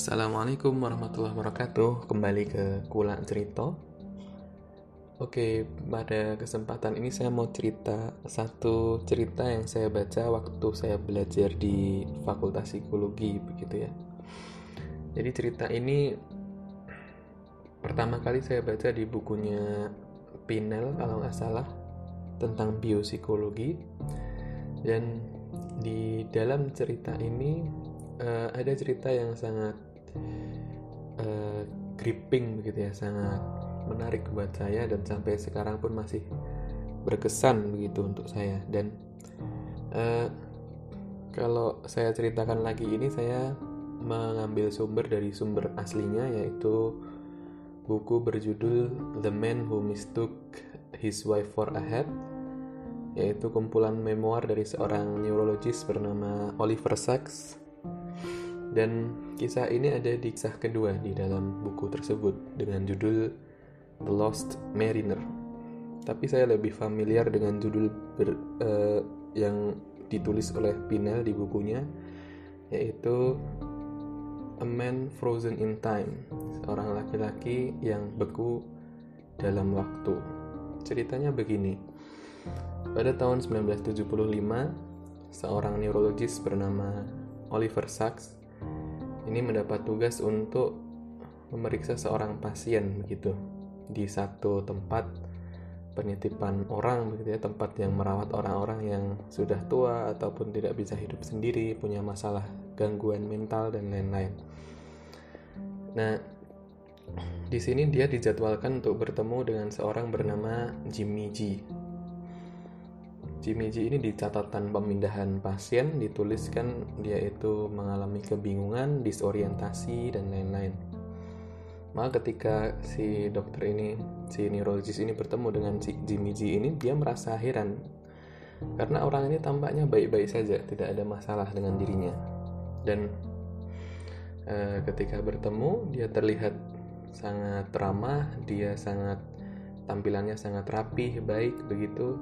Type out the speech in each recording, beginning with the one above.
Assalamualaikum warahmatullahi wabarakatuh. Kembali ke Kula Cerita. Oke, pada kesempatan ini saya mau cerita satu cerita yang saya baca waktu saya belajar di Fakultas Psikologi begitu ya. Jadi cerita ini pertama kali saya baca di bukunya Pinel kalau nggak salah, tentang biopsikologi. Dan di dalam cerita ini ada cerita yang sangat gripping begitu ya, sangat menarik buat saya dan sampai sekarang pun masih berkesan begitu untuk saya. Dan kalau saya ceritakan lagi ini, saya mengambil sumber dari sumber aslinya, yaitu buku berjudul The Man Who Mistook His Wife for a Hat, yaitu kumpulan memoir dari seorang neurologis bernama Oliver Sacks. Dan kisah ini ada di kisah kedua di dalam buku tersebut dengan judul The Lost Mariner. Tapi saya lebih familiar dengan judul yang ditulis oleh Pinel di bukunya, yaitu A Man Frozen in Time, seorang laki-laki yang beku dalam waktu. Ceritanya begini. Pada tahun 1975, seorang neurologis bernama Oliver Sacks ini mendapat tugas untuk memeriksa seorang pasien begitu di satu tempat penitipan orang begitu ya, tempat yang merawat orang-orang yang sudah tua ataupun tidak bisa hidup sendiri, punya masalah gangguan mental dan lain-lain. Nah, di sini dia dijadwalkan untuk bertemu dengan seorang bernama Jimmy G. Jimmy G ini di catatan pemindahan pasien dituliskan dia itu mengalami kebingungan, disorientasi, dan lain-lain. Maka ketika si dokter ini, si neurologis ini bertemu dengan si Jimmy G ini, dia merasa heran karena orang ini tampaknya baik-baik saja, tidak ada masalah dengan dirinya. Dan ketika bertemu, dia terlihat sangat ramah, dia tampilannya sangat rapih, baik begitu,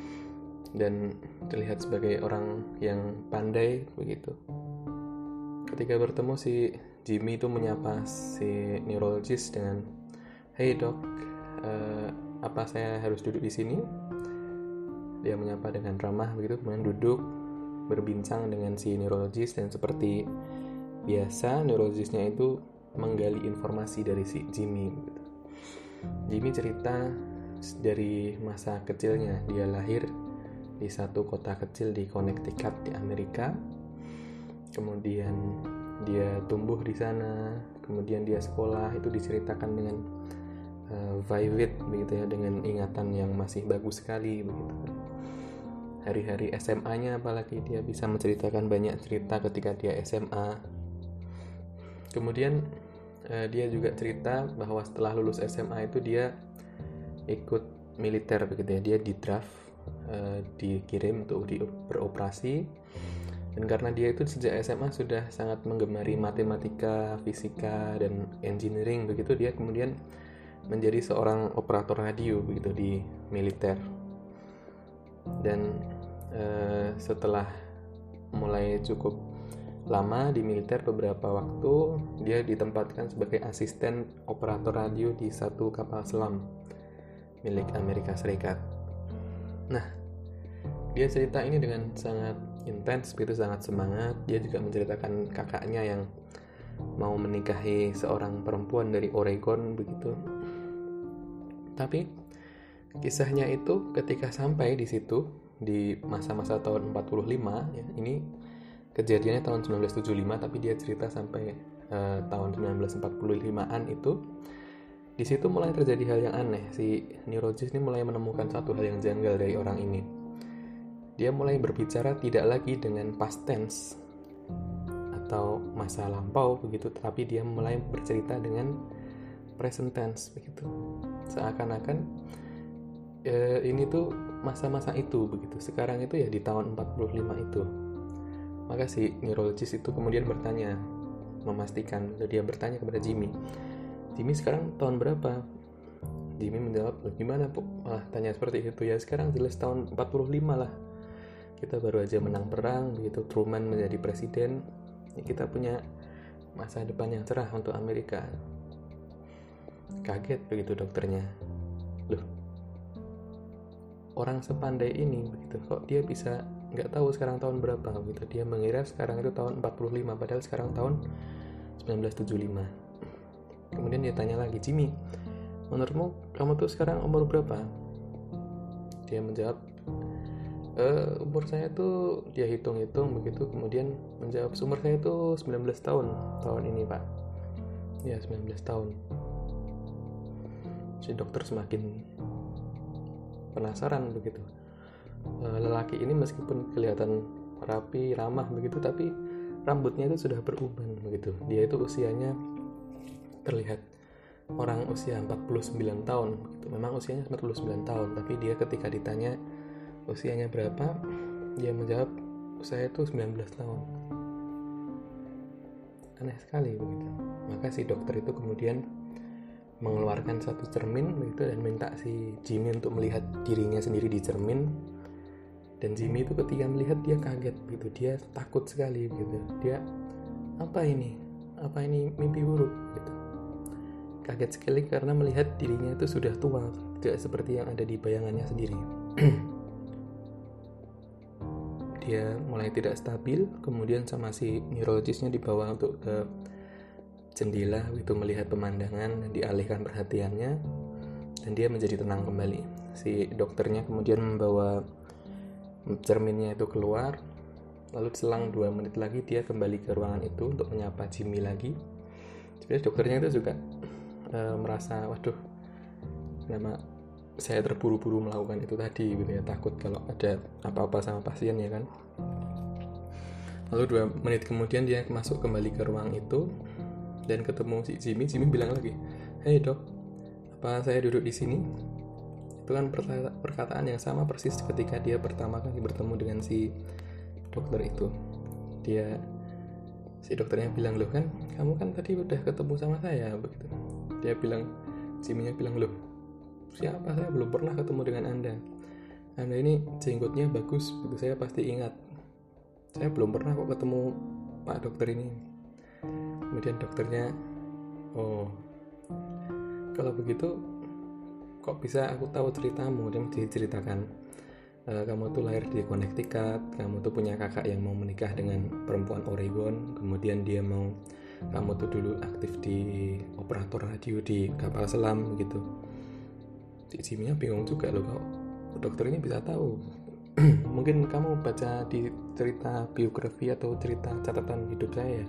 dan terlihat sebagai orang yang pandai begitu. Ketika bertemu, si Jimmy itu menyapa si neurologis dengan, "Hey dok, apa saya harus duduk di sini?" Dia menyapa dengan ramah begitu, kemudian duduk berbincang dengan si neurologis, dan seperti biasa neurologisnya itu menggali informasi dari si Jimmy begitu. Jimmy cerita dari masa kecilnya. Dia lahir di satu kota kecil di Connecticut di Amerika. Kemudian dia tumbuh di sana, kemudian dia sekolah, itu diceritakan dengan vivid begitu ya, dengan ingatan yang masih bagus sekali begitu. Hari-hari SMA-nya apalagi dia bisa menceritakan banyak cerita ketika dia SMA. Kemudian dia juga cerita bahwa setelah lulus SMA itu dia ikut militer begitu ya, dia di draft, dikirim untuk beroperasi. Dan karena dia itu sejak SMA sudah sangat menggemari matematika, fisika, dan engineering begitu, dia kemudian menjadi seorang operator radio begitu di militer. Dan setelah mulai cukup lama di militer, beberapa waktu dia ditempatkan sebagai asisten operator radio di satu kapal selam milik Amerika Serikat. Nah, dia cerita ini dengan sangat intens begitu, sangat semangat. Dia juga menceritakan kakaknya yang mau menikahi seorang perempuan dari Oregon begitu. Tapi kisahnya itu ketika sampai di situ di masa-masa tahun 45 ya, ini kejadiannya tahun 1975, tapi dia cerita sampai tahun 1945-an itu. Di situ mulai terjadi hal yang aneh. Si neurologis ini mulai menemukan satu hal yang janggal dari orang ini. Dia mulai berbicara tidak lagi dengan past tense atau masa lampau begitu, tapi dia mulai bercerita dengan present tense begitu. Seakan-akan ini tuh masa-masa itu begitu. Sekarang itu ya di tahun 45 itu. Maka si neurologis itu kemudian bertanya, memastikan, dia bertanya kepada Jimmy, "Jimmy, sekarang tahun berapa?" Jimmy menjawab, "Gimana, Bu? Tanya seperti itu ya, sekarang jelas tahun 45 lah. Kita baru aja menang perang begitu, Truman menjadi presiden. Kita punya masa depan yang cerah untuk Amerika. Kaget begitu dokternya. Loh, orang sepandai ini begitu, kok dia bisa nggak tahu sekarang tahun berapa gitu. Dia mengira sekarang itu tahun 45, padahal sekarang tahun 1975. Kemudian dia tanya lagi, Jimmy, menurutmu kamu tuh sekarang umur berapa? Dia menjawab, umur saya tuh, dia hitung-hitung begitu, kemudian menjawab, umur saya tuh 19 tahun ini Pak. Ya, 19 tahun. Si dokter semakin penasaran begitu. Lelaki ini meskipun kelihatan rapi, ramah begitu, tapi rambutnya itu sudah beruban begitu. Dia itu usianya terlihat orang usia 49 tahun begitu. Memang usianya 49 tahun, tapi dia ketika ditanya usianya berapa, dia menjawab, saya itu 19 tahun. Aneh sekali begitu. Maka si dokter itu kemudian mengeluarkan satu cermin begitu dan minta si Jimmy untuk melihat dirinya sendiri di cermin. Dan Jimmy itu ketika melihat, dia kaget begitu, dia takut sekali begitu. Dia, apa ini mimpi buruk gitu. Kaget sekali karena melihat dirinya itu sudah tua, tidak seperti yang ada di bayangannya sendiri. Dia mulai tidak stabil, kemudian sama si neurologisnya dibawa untuk ke jendela gitu, melihat pemandangan dan dialihkan perhatiannya, dan dia menjadi tenang kembali. Si dokternya kemudian membawa cerminnya itu keluar, lalu selang 2 menit lagi dia kembali ke ruangan itu untuk menyapa Jimmy lagi. Sebenarnya dokternya itu juga merasa, waduh, kenapa saya terburu-buru melakukan itu tadi gitu ya, takut kalau ada apa-apa sama pasien ya kan. Lalu 2 menit kemudian dia masuk kembali ke ruang itu dan ketemu si Jimmy. Jimmy bilang lagi, "Hey dok, apa saya duduk di sini?" Itu kan perkataan yang sama persis ketika dia pertama kali bertemu dengan si dokter itu. Si dokternya bilang, "Loh kan, kamu kan tadi udah ketemu sama saya," begitu. Jimmy-nya bilang, "Loh, siapa? Saya belum pernah ketemu dengan Anda. Anda ini jenggotnya bagus, begitu, saya pasti ingat. Saya belum pernah kok ketemu Pak dokter ini." Kemudian dokternya, "Oh, kalau begitu kok bisa aku tahu ceritamu?" Dan diceritakan, "Kamu tuh lahir di Connecticut, kamu tuh punya kakak yang mau menikah dengan perempuan Oregon, kemudian kamu tuh dulu aktif di operator radio di kapal selam gitu." Si Jimmy-nya bingung juga loh, kok dokter ini bisa tahu. Mungkin kamu baca di cerita biografi atau cerita catatan hidup saya.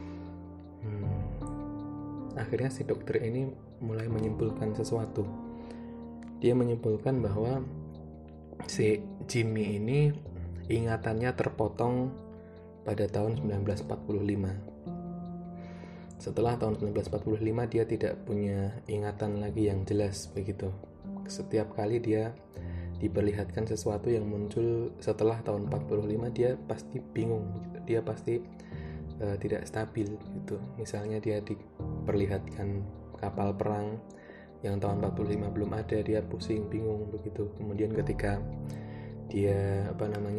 Akhirnya si dokter ini mulai menyimpulkan sesuatu. Dia menyimpulkan bahwa si Jimmy ini ingatannya terpotong pada tahun 1945. Setelah tahun 1945 dia tidak punya ingatan lagi yang jelas begitu. Setiap kali dia diperlihatkan sesuatu yang muncul setelah tahun 45, dia pasti bingung gitu. Dia pasti tidak stabil gitu. Misalnya dia diperlihatkan kapal perang yang tahun 45 belum ada, dia pusing, bingung begitu. Kemudian ketika dia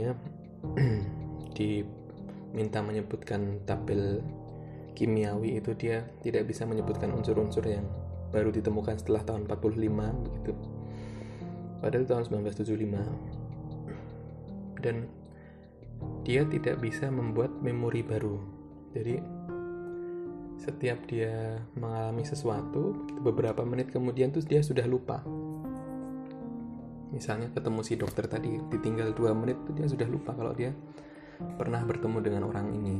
diminta menyebutkan tabel kimiawi itu, dia tidak bisa menyebutkan unsur-unsur yang baru ditemukan setelah tahun 45 begitu. Padahal tahun 1975. Dan dia tidak bisa membuat memori baru. Jadi setiap dia mengalami sesuatu, beberapa menit kemudian tuh dia sudah lupa. Misalnya ketemu si dokter tadi, ditinggal 2 menit tuh dia sudah lupa kalau dia pernah bertemu dengan orang ini.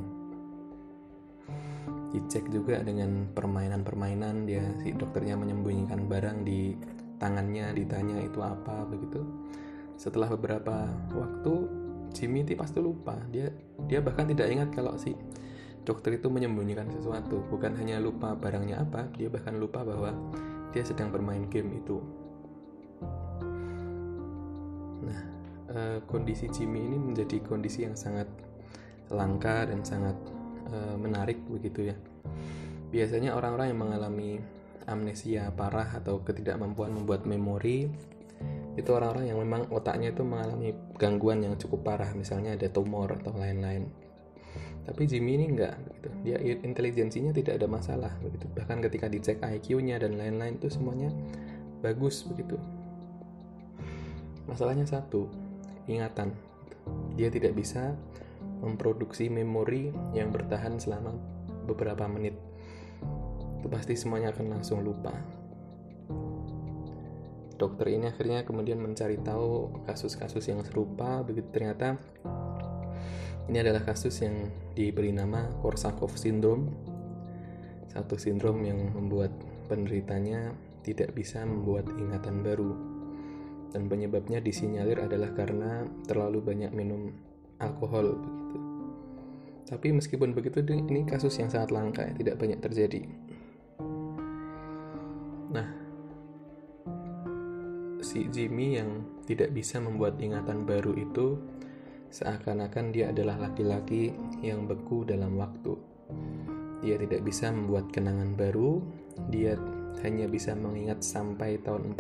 Dicek juga dengan permainan-permainan, si dokternya menyembunyikan barang di tangannya, ditanya itu apa begitu. Setelah beberapa waktu, Jimmy pasti lupa. Dia bahkan tidak ingat kalau si dokter itu menyembunyikan sesuatu. Bukan hanya lupa barangnya apa, dia bahkan lupa bahwa dia sedang bermain game itu. Nah, kondisi Jimmy ini menjadi kondisi yang sangat langka dan sangat menarik begitu ya. Biasanya orang-orang yang mengalami amnesia parah atau ketidakmampuan membuat memori itu orang-orang yang memang otaknya itu mengalami gangguan yang cukup parah, misalnya ada tumor atau lain-lain. Tapi Jimmy ini enggak begitu. Dia intelijensinya tidak ada masalah begitu. Bahkan ketika dicek IQ-nya dan lain-lain itu semuanya bagus begitu. Masalahnya satu, ingatan. Dia tidak bisa memproduksi memori yang bertahan selama beberapa menit. Itu pasti semuanya akan langsung lupa. Dokter ini akhirnya kemudian mencari tahu kasus-kasus yang serupa, begitu ternyata ini adalah kasus yang diberi nama Korsakoff Syndrome, satu sindrom yang membuat penderitanya tidak bisa membuat ingatan baru, dan penyebabnya disinyalir adalah karena terlalu banyak minum alkohol begitu. Tapi meskipun begitu, ini kasus yang sangat langka, tidak banyak terjadi. Nah, si Jimmy yang tidak bisa membuat ingatan baru itu seakan-akan dia adalah laki-laki yang beku dalam waktu. Dia tidak bisa membuat kenangan baru, dia hanya bisa mengingat sampai tahun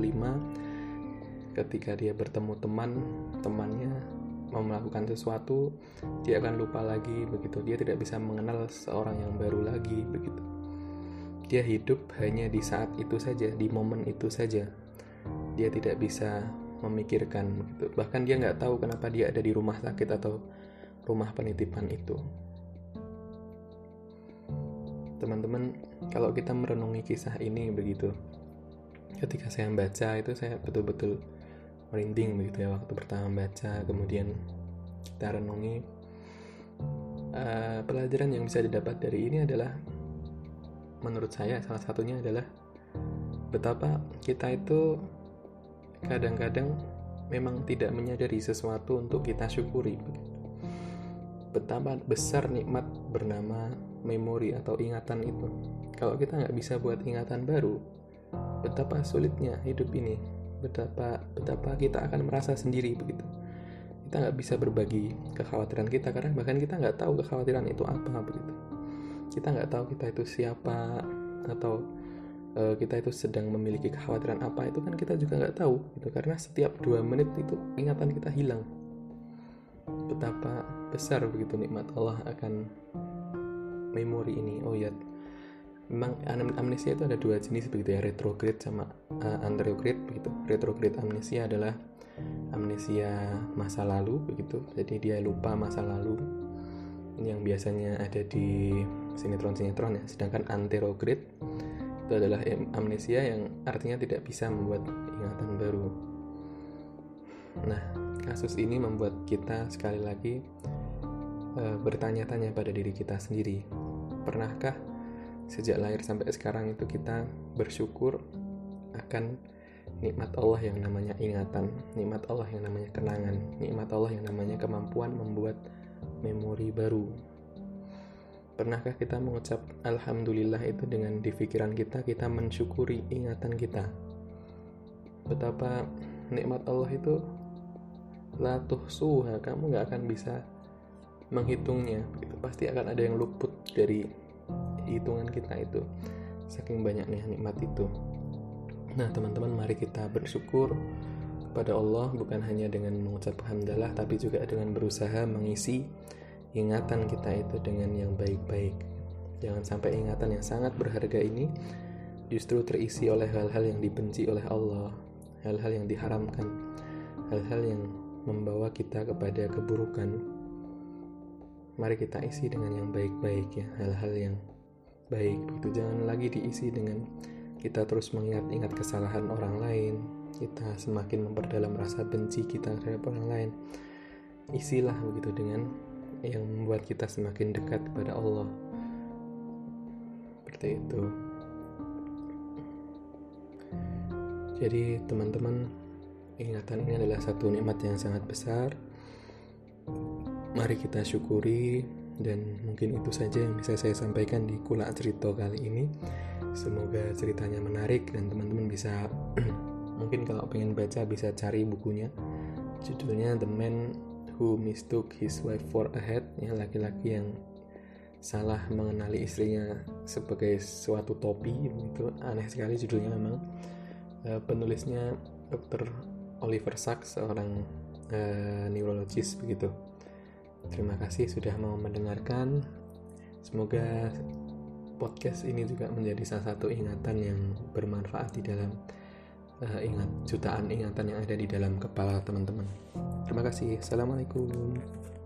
45 ketika dia bertemu temannya mau melakukan sesuatu, dia akan lupa lagi begitu. Dia tidak bisa mengenal seorang yang baru lagi begitu. Dia hidup hanya di saat itu saja, di momen itu saja. Dia tidak bisa memikirkan gitu. Bahkan dia nggak tahu kenapa dia ada di rumah sakit atau rumah penitipan itu. Teman-teman, kalau kita merenungi kisah ini begitu, ketika saya membaca itu saya betul-betul merinding begitu ya waktu pertama baca. Kemudian kita renungi, pelajaran yang bisa didapat dari ini adalah, menurut saya salah satunya adalah betapa kita itu kadang-kadang memang tidak menyadari sesuatu untuk kita syukuri. Betapa besar nikmat bernama memori atau ingatan itu. Kalau kita nggak bisa buat ingatan baru, betapa sulitnya hidup ini. Betapa kita akan merasa sendiri begitu. Kita nggak bisa berbagi kekhawatiran kita karena bahkan kita nggak tahu kekhawatiran itu apa begitu. Kita nggak tahu kita itu siapa, atau kita itu sedang memiliki kekhawatiran apa, itu kan kita juga nggak tahu gitu, karena setiap 2 menit itu ingatan kita hilang. Betapa besar begitu nikmat Allah akan memori ini. Oh ya, memang amnesia itu ada 2 jenis begitu ya, retrograde sama anterograde begitu. Retrograde amnesia adalah amnesia masa lalu begitu, jadi dia lupa masa lalu yang biasanya ada di sinetron ya. Sedangkan anterograde itu adalah amnesia yang artinya tidak bisa membuat ingatan baru. Nah, kasus ini membuat kita sekali lagi bertanya-tanya pada diri kita sendiri. Pernahkah sejak lahir sampai sekarang itu kita bersyukur akan nikmat Allah yang namanya ingatan, nikmat Allah yang namanya kenangan, nikmat Allah yang namanya kemampuan membuat memori baru? Pernahkah kita mengucap Alhamdulillah itu dengan di pikiran kita mensyukuri ingatan kita? Betapa nikmat Allah itu la tuhsuha, kamu gak akan bisa menghitungnya gitu. Pasti akan ada yang luput dari hitungan kita itu, saking banyaknya nikmat itu. Nah teman-teman, mari kita bersyukur kepada Allah bukan hanya dengan mengucap hamdalah, tapi juga dengan berusaha mengisi ingatan kita itu dengan yang baik-baik. Jangan sampai ingatan yang sangat berharga ini justru terisi oleh hal-hal yang dibenci oleh Allah, hal-hal yang diharamkan, hal-hal yang membawa kita kepada keburukan. Mari kita isi dengan yang baik-baik ya, hal-hal yang baik begitu. Jangan lagi diisi dengan kita terus mengingat-ingat kesalahan orang lain, kita semakin memperdalam rasa benci kita terhadap orang lain. Isilah begitu dengan yang membuat kita semakin dekat kepada Allah. Seperti itu. Jadi teman-teman, ingatan ini adalah satu nikmat yang sangat besar. Mari kita syukuri, dan mungkin itu saja yang bisa saya sampaikan di Kulak Cerita kali ini. Semoga ceritanya menarik dan teman-teman bisa mungkin kalau pengen baca bisa cari bukunya. Judulnya The Man Who Mistook His Wife for a Hat, ya, laki-laki yang salah mengenali istrinya sebagai suatu topi. Itu aneh sekali judulnya memang. Penulisnya Dr. Oliver Sacks, seorang neurologis begitu. Terima kasih sudah mau mendengarkan. Semoga podcast ini juga menjadi salah satu ingatan yang bermanfaat di dalam jutaan ingatan yang ada di dalam kepala teman-teman. Terima kasih. Assalamualaikum.